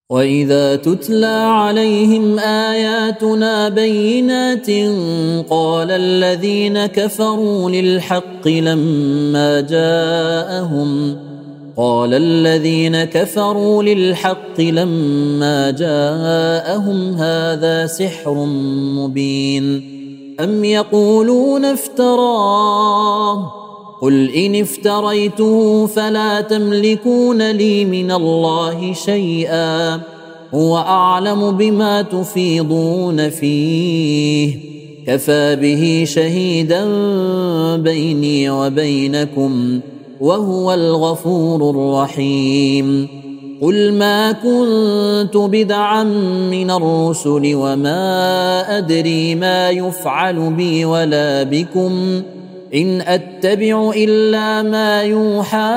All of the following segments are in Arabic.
وإذا تتلى عليهم آياتنا بينات قال الذين كفروا للحق لما جاءهم هذا سحر مبين أم يقولون افتراه قل إن افتريته فلا تملكون لي من الله شيئا هو أعلم بما تفيضون فيه كفى به شهيدا بيني وبينكم وهو الغفور الرحيم قل ما كنت بدعا من الرسل وما أدري ما يفعل بي ولا بكم إن أتبع إلا ما يوحى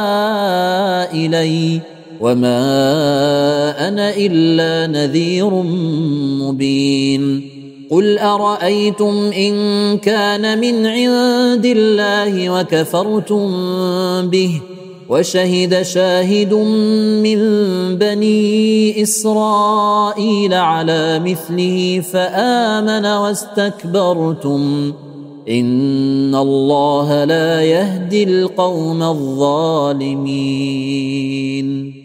إلي وما أنا إلا نذير مبين قل أرأيتم إن كان من عند الله وكفرتم به وشهد شاهد من بني إسرائيل على مثله فآمن واستكبرتم إن الله لا يهدي القوم الظالمين